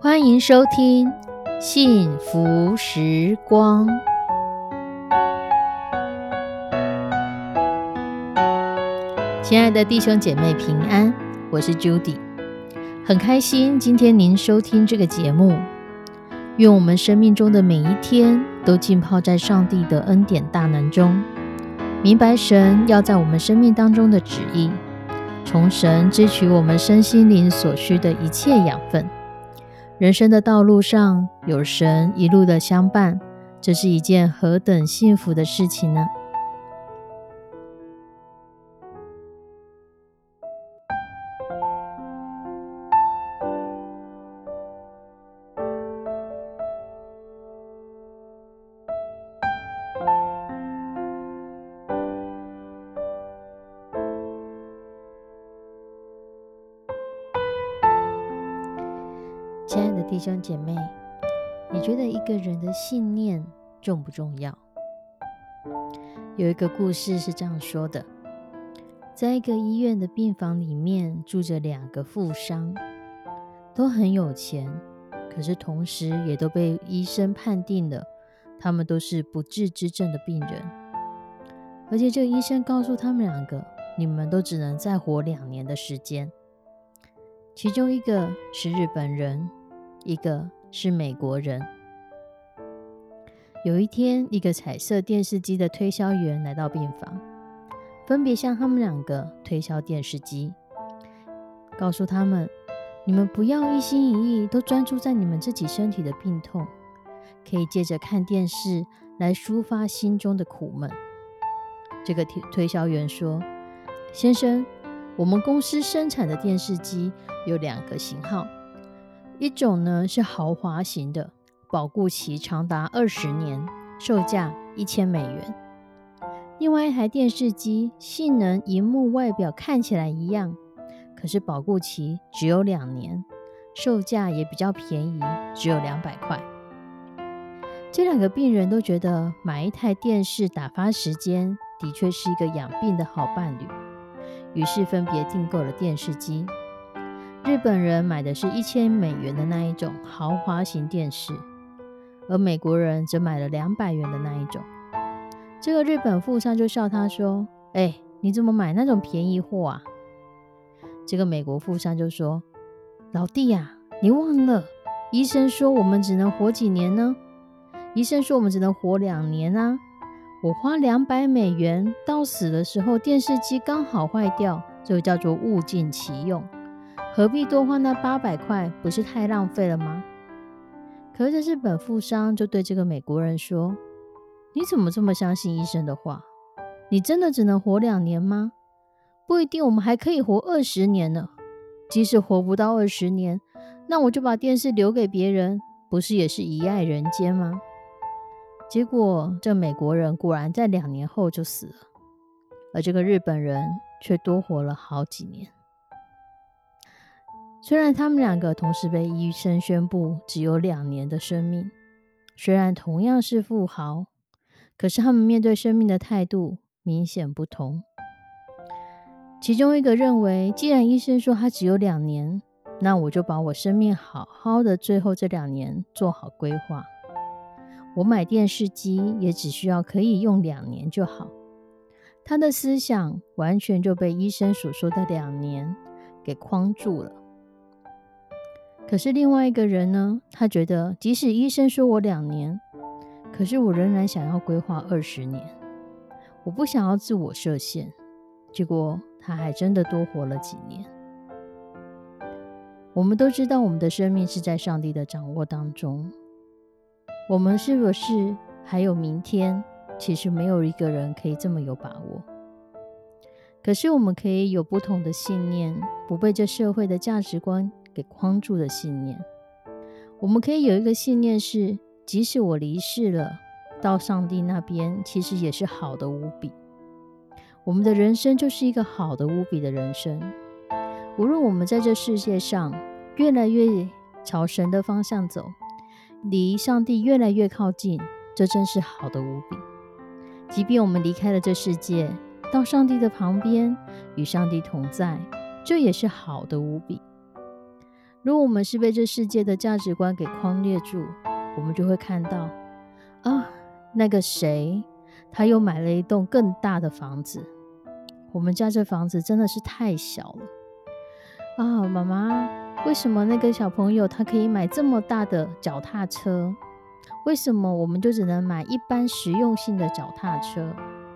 欢迎收听幸福时光。亲爱的弟兄姐妹平安，我是 Judy， 很开心今天您收听这个节目。愿我们生命中的每一天都浸泡在上帝的恩典大能中，明白神要在我们生命当中的旨意，从神支取我们身心灵所需的一切养分。人生的道路上有神一路的相伴，这是一件何等幸福的事情呢？亲爱的弟兄姐妹，你觉得一个人的信念重不重要？有一个故事是这样说的，在一个医院的病房里面住着两个富商，都很有钱，可是同时也都被医生判定了他们都是不治之症的病人。而且这个医生告诉他们两个，你们都只能再活2年的时间。其中一个是日本人，一个是美国人。有一天，一个彩色电视机的推销员来到病房，分别向他们两个推销电视机，告诉他们，你们不要一心一意都专注在你们自己身体的病痛，可以借着看电视来抒发心中的苦闷。这个推销员说，先生，我们公司生产的电视机有2个型号，一种呢是豪华型的，保固期长达20年，售价$1000。另外一台电视机性能、萤幕、外表看起来一样，可是保固期只有2年，售价也比较便宜，只有200块。这2个病人都觉得买一台电视打发时间的确是一个养病的好伴侣，于是分别订购了电视机。日本人买的是$1000的那一种豪华型电视，而美国人则买了$200的那一种。这个日本富商就笑他说，你怎么买那种便宜货啊？这个美国富商就说，老弟啊，你忘了医生说我们只能活几年呢？医生说我们只能活2年啊，我花$200，到死的时候电视机刚好坏掉，这个叫做物尽其用，何必多花那800块，不是太浪费了吗？可是日本富商就对这个美国人说，你怎么这么相信医生的话？你真的只能活2年吗？不一定，我们还可以活20年呢。即使活不到20年，那我就把电视留给别人，不是也是遗爱人间吗？结果这美国人果然在2年后就死了，而这个日本人却多活了好几年。虽然他们2个同时被医生宣布只有2年的生命，虽然同样是富豪，可是他们面对生命的态度明显不同。其中一个认为，既然医生说他只有2年，那我就把我生命好好的最后这2年做好规划。我买电视机也只需要可以用2年就好。他的思想完全就被医生所说的2年给框住了。可是另外一个人呢，他觉得即使医生说我2年，可是我仍然想要规划20年，我不想要自我设限。结果他还真的多活了几年。我们都知道我们的生命是在上帝的掌握当中，我们是不是还有明天？其实没有一个人可以这么有把握。可是我们可以有不同的信念，不被这社会的价值观给框住的信念。我们可以有一个信念是，即使我离世了，到上帝那边其实也是好的无比。我们的人生就是一个好的无比的人生。无论我们在这世界上越来越朝神的方向走，离上帝越来越靠近，这真是好的无比。即便我们离开了这世界，到上帝的旁边，与上帝同在，这也是好的无比。 如果我们是被这世界的价值观给框列住，我们就会看到那个谁他又买了一栋更大的房子，我们家这房子真的是太小了妈妈，为什么那个小朋友他可以买这么大的脚踏车？为什么我们就只能买一般实用性的脚踏车？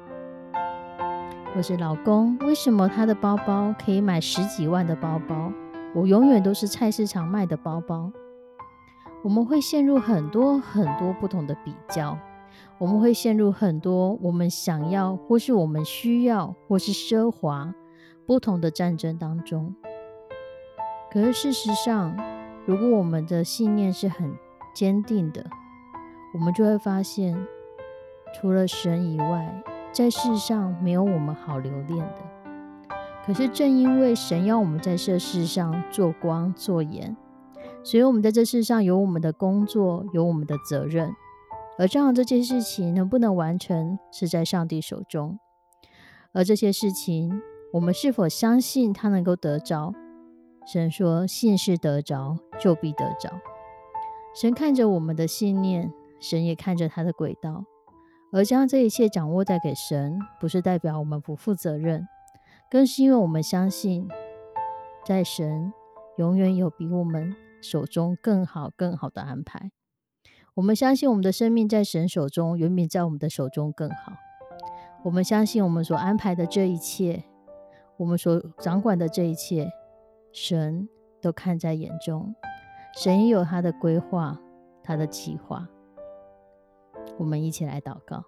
或是老公，为什么他的包包可以买10几万的包包，我永远都是菜市场卖的包包？我们会陷入很多很多不同的比较，我们会陷入很多我们想要或是我们需要或是奢华不同的战争当中。可是事实上，如果我们的信念是很坚定的，我们就会发现，除了神以外，在世上没有我们好留恋的。可是正因为神要我们在这世上做光做盐，所以我们在这世上有我们的工作，有我们的责任。而这样这件事情能不能完成，是在上帝手中。而这些事情，我们是否相信他能够得着？神说，信是得着，就必得着。神看着我们的信念，神也看着他的轨道。而将这一切掌握带给神，不是代表我们不负责任，更是因为我们相信，在神永远有比我们手中更好更好的安排。我们相信我们的生命在神手中远比在我们的手中更好。我们相信我们所安排的这一切，我们所掌管的这一切，神都看在眼中。神也有他的规划，他的计划。我们一起来祷告。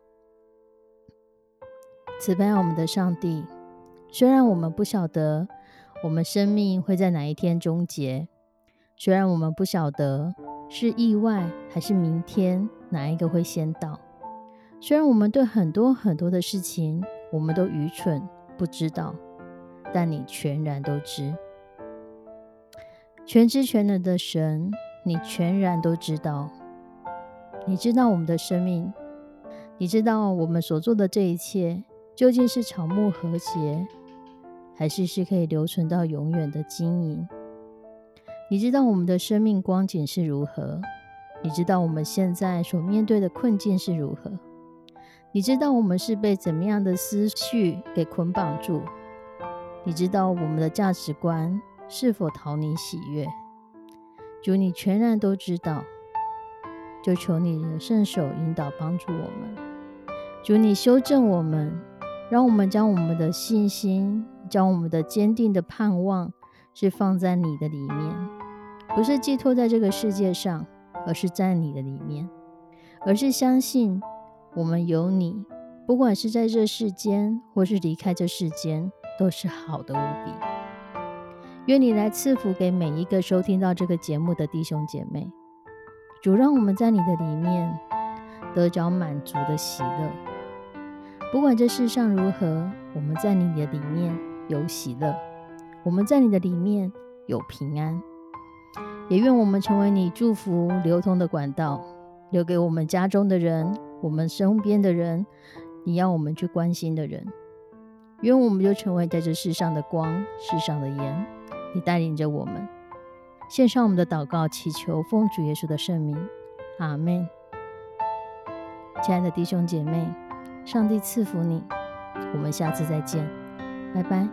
慈悲我们的上帝，虽然我们不晓得我们生命会在哪一天终结，虽然我们不晓得是意外还是明天哪一个会先到，虽然我们对很多很多的事情我们都愚蠢不知道，但你全然都知。全知全能的神，你全然都知道。你知道我们的生命，你知道我们所做的这一切究竟是草木和谐，还是可以留存到永远的经营。你知道我们的生命光景是如何，你知道我们现在所面对的困境是如何，你知道我们是被怎么样的思绪给捆绑住，你知道我们的价值观是否讨你喜悦。主，你全然都知道，就求你的圣手引导帮助我们。主，你修正我们，让我们将我们的信心，将我们的坚定的盼望是放在你的里面，不是寄托在这个世界上，而是在你的里面，而是相信我们有你，不管是在这世间或是离开这世间，都是好的无比。愿你来赐福给每一个收听到这个节目的弟兄姐妹。主，让我们在你的里面得着满足的喜乐。不管这世上如何，我们在你的里面有喜乐，我们在你的里面有平安。也愿我们成为你祝福流通的管道，留给我们家中的人，我们身边的人，你要我们去关心的人。愿我们就成为在这世上的光，世上的盐，你带领着我们。献上我们的祷告，祈求奉主耶稣的圣名，阿们。亲爱的弟兄姐妹，上帝赐福你，我们下次再见，拜拜。